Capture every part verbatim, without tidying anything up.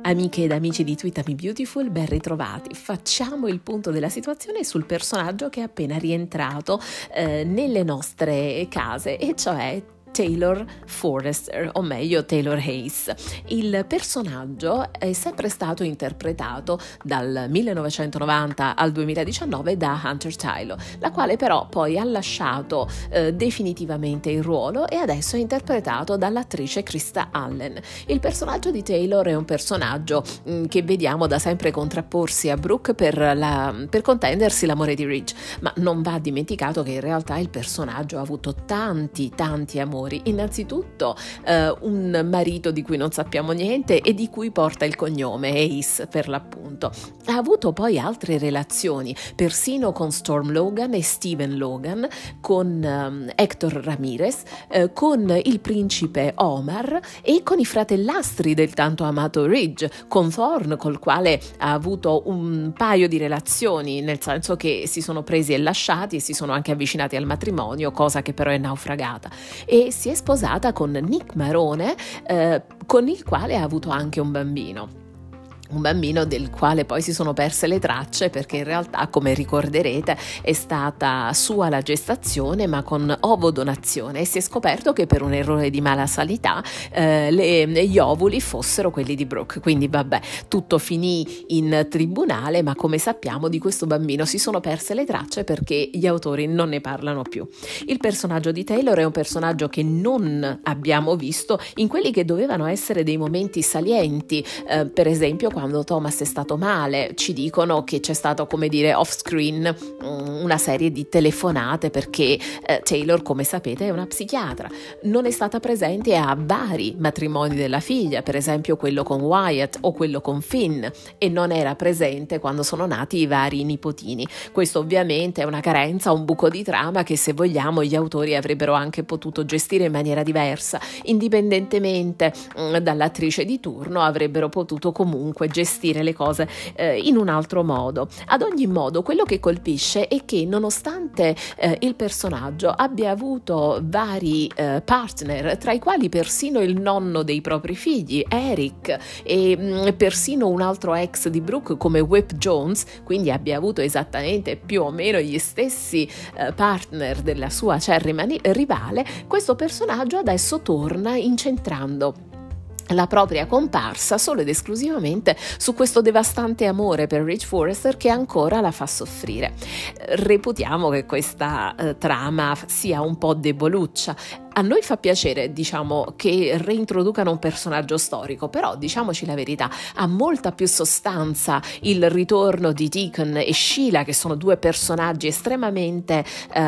Amiche ed amici di Twittami Beautiful, ben ritrovati. Facciamo il punto della situazione sul personaggio che è appena rientrato eh, nelle nostre case, e cioè Taylor Forrester, o meglio Taylor Hayes. Il personaggio è sempre stato interpretato dal millenovecentonovanta al duemiladiciannove da Hunter Tylo, la quale però poi ha lasciato eh, definitivamente il ruolo e adesso è interpretato dall'attrice Krista Allen. Il personaggio di Taylor è un personaggio mh, che vediamo da sempre contrapporsi a Brooke per, la, per contendersi l'amore di Ridge, ma non va dimenticato che in realtà il personaggio ha avuto tanti tanti amori. Innanzitutto eh, un marito di cui non sappiamo niente e di cui porta il cognome Hayes per l'appunto. Ha avuto poi altre relazioni, persino con Storm Logan e Steven Logan, con um, Hector Ramirez, eh, con il principe Omar e con i fratellastri del tanto amato Ridge, con Thorne, col quale ha avuto un paio di relazioni, nel senso che si sono presi e lasciati e si sono anche avvicinati al matrimonio, cosa che però è naufragata. E si è sposata con Nick Marone, eh, con il quale ha avuto anche un bambino. Un bambino del quale poi si sono perse le tracce, perché in realtà, come ricorderete, è stata sua la gestazione ma con ovodonazione, e si è scoperto che per un errore di mala sanità eh, le, gli ovuli fossero quelli di Brooke. Quindi vabbè, tutto finì in tribunale, ma come sappiamo di questo bambino si sono perse le tracce perché gli autori non ne parlano più. Il personaggio di Taylor è un personaggio che non abbiamo visto in quelli che dovevano essere dei momenti salienti, eh, per esempio quando Thomas è stato male. Ci dicono che c'è stato, come dire, off screen una serie di telefonate perché eh, Taylor, come sapete, è una psichiatra. Non è stata presente a vari matrimoni della figlia, per esempio quello con Wyatt o quello con Finn, e non era presente quando sono nati i vari nipotini. Questo ovviamente è una carenza, un buco di trama che, se vogliamo, gli autori avrebbero anche potuto gestire in maniera diversa. Indipendentemente mh, dall'attrice di turno, avrebbero potuto comunque gestire le cose eh, in un altro modo. Ad ogni modo, quello che colpisce è che, nonostante eh, il personaggio abbia avuto vari eh, partner, tra i quali persino il nonno dei propri figli, Eric, e mh, persino un altro ex di Brooke come Whip Jones, quindi abbia avuto esattamente più o meno gli stessi eh, partner della sua acerrima rivale, questo personaggio adesso torna incentrando la propria comparsa solo ed esclusivamente su questo devastante amore per Ridge Forrester che ancora la fa soffrire. Reputiamo che questa eh, trama sia un po' deboluccia. A noi fa piacere, diciamo, che reintroducano un personaggio storico, però diciamoci la verità, ha molta più sostanza il ritorno di Deacon e Sheila, che sono due personaggi estremamente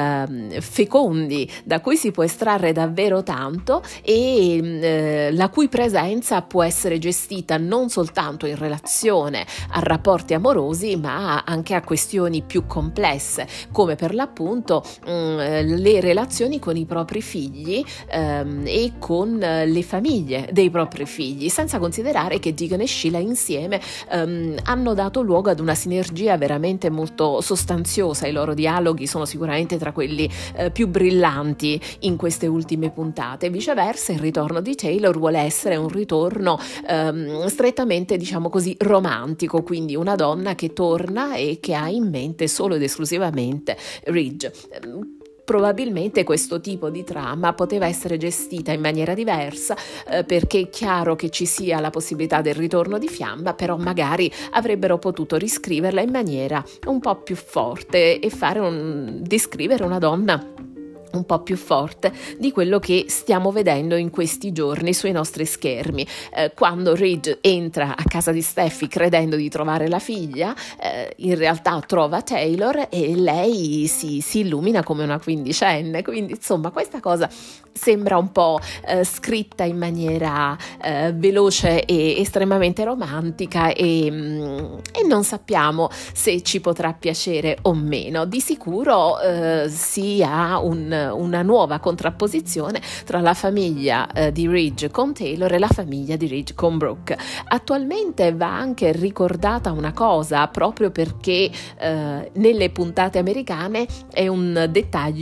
eh, fecondi, da cui si può estrarre davvero tanto, e eh, la cui presenza può essere gestita non soltanto in relazione a rapporti amorosi, ma anche a questioni più complesse, come per l'appunto mh, le relazioni con i propri figli Ehm, e con eh, le famiglie dei propri figli, senza considerare che Deacon e Sheila insieme ehm, hanno dato luogo ad una sinergia veramente molto sostanziosa. I loro dialoghi sono sicuramente tra quelli eh, più brillanti in queste ultime puntate. Viceversa, il ritorno di Taylor vuole essere un ritorno ehm, strettamente, diciamo così, romantico, quindi una donna che torna e che ha in mente solo ed esclusivamente Ridge. Probabilmente questo tipo di trama poteva essere gestita in maniera diversa, eh, perché è chiaro che ci sia la possibilità del ritorno di fiamma, però magari avrebbero potuto riscriverla in maniera un po' più forte e fare un, descrivere una donna un po' più forte di quello che stiamo vedendo in questi giorni sui nostri schermi. Eh, quando Ridge entra a casa di Steffi credendo di trovare la figlia, eh, in realtà trova Taylor e lei si, si illumina come una quindicenne. Quindi insomma questa cosa sembra un po' eh, scritta in maniera eh, veloce e estremamente romantica, e, mm, e non sappiamo se ci potrà piacere o meno. Di sicuro eh, si ha un una nuova contrapposizione tra la famiglia eh, di Ridge con Taylor e la famiglia di Ridge con Brooke. Attualmente va anche ricordata una cosa, proprio perché eh, nelle puntate americane è un dettaglio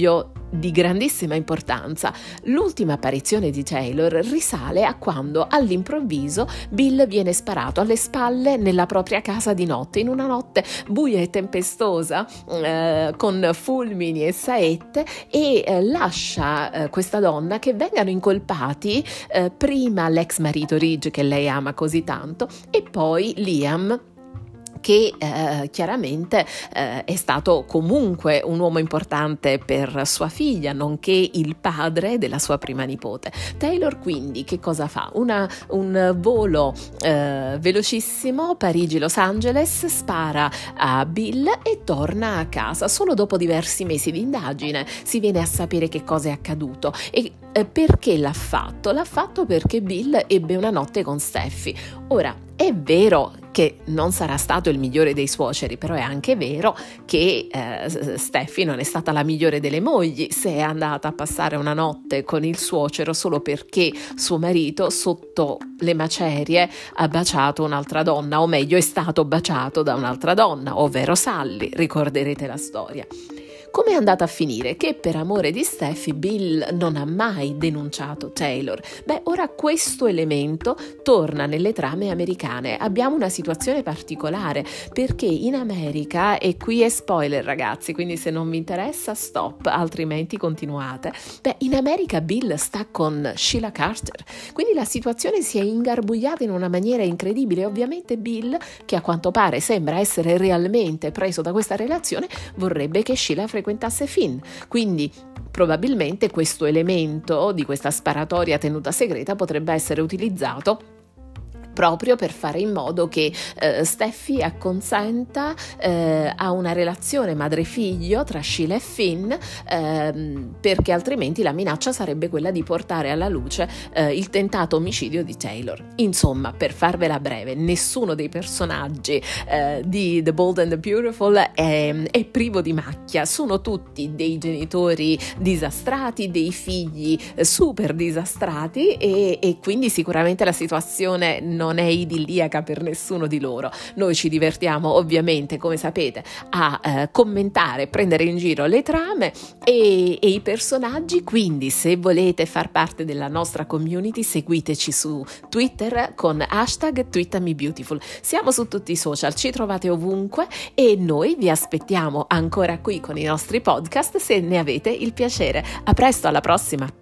di grandissima importanza. L'ultima apparizione di Taylor risale a quando all'improvviso Bill viene sparato alle spalle nella propria casa di notte, in una notte buia e tempestosa, eh, con fulmini e saette, e eh, lascia eh, questa donna che vengano incolpati eh, prima l'ex marito Ridge, che lei ama così tanto, e poi Liam, che eh, chiaramente eh, è stato comunque un uomo importante per sua figlia, nonché il padre della sua prima nipote. Taylor quindi che cosa fa? Una, un volo eh, velocissimo Parigi-Los Angeles, spara a Bill e torna a casa. Solo dopo diversi mesi di indagine si viene a sapere che cosa è accaduto e eh, perché l'ha fatto. L'ha fatto perché Bill ebbe una notte con Steffi. Ora, è vero che non sarà stato il migliore dei suoceri, però è anche vero che eh, Steffi non è stata la migliore delle mogli se è andata a passare una notte con il suocero solo perché suo marito sotto le macerie ha baciato un'altra donna, o meglio è stato baciato da un'altra donna, ovvero Sally, ricorderete la storia. Come è andata a finire? Che per amore di Steffi Bill non ha mai denunciato Taylor. Beh, ora questo elemento torna nelle trame americane. Abbiamo una situazione particolare perché in America, e qui è spoiler ragazzi, quindi se non vi interessa stop, altrimenti continuate. Beh, in America Bill sta con Sheila Carter, quindi la situazione si è ingarbugliata in una maniera incredibile. Ovviamente Bill, che a quanto pare sembra essere realmente preso da questa relazione, vorrebbe che Sheila frequentasse Finn, quindi probabilmente questo elemento di questa sparatoria tenuta segreta potrebbe essere utilizzato proprio per fare in modo che eh, Steffi acconsenta eh, a una relazione madre-figlio tra Sheila e Finn, ehm, perché altrimenti la minaccia sarebbe quella di portare alla luce eh, il tentato omicidio di Taylor. Insomma, per farvela breve, nessuno dei personaggi eh, di The Bold and the Beautiful è, è privo di macchia, sono tutti dei genitori disastrati, dei figli eh, super disastrati e, e quindi sicuramente la situazione non non è idilliaca per nessuno di loro. Noi ci divertiamo ovviamente, come sapete, a eh, commentare, prendere in giro le trame e, e i personaggi, quindi se volete far parte della nostra community seguiteci su Twitter con hashtag TweetamiBeautiful. Siamo su tutti i social, ci trovate ovunque e noi vi aspettiamo ancora qui con i nostri podcast se ne avete il piacere. A presto, alla prossima!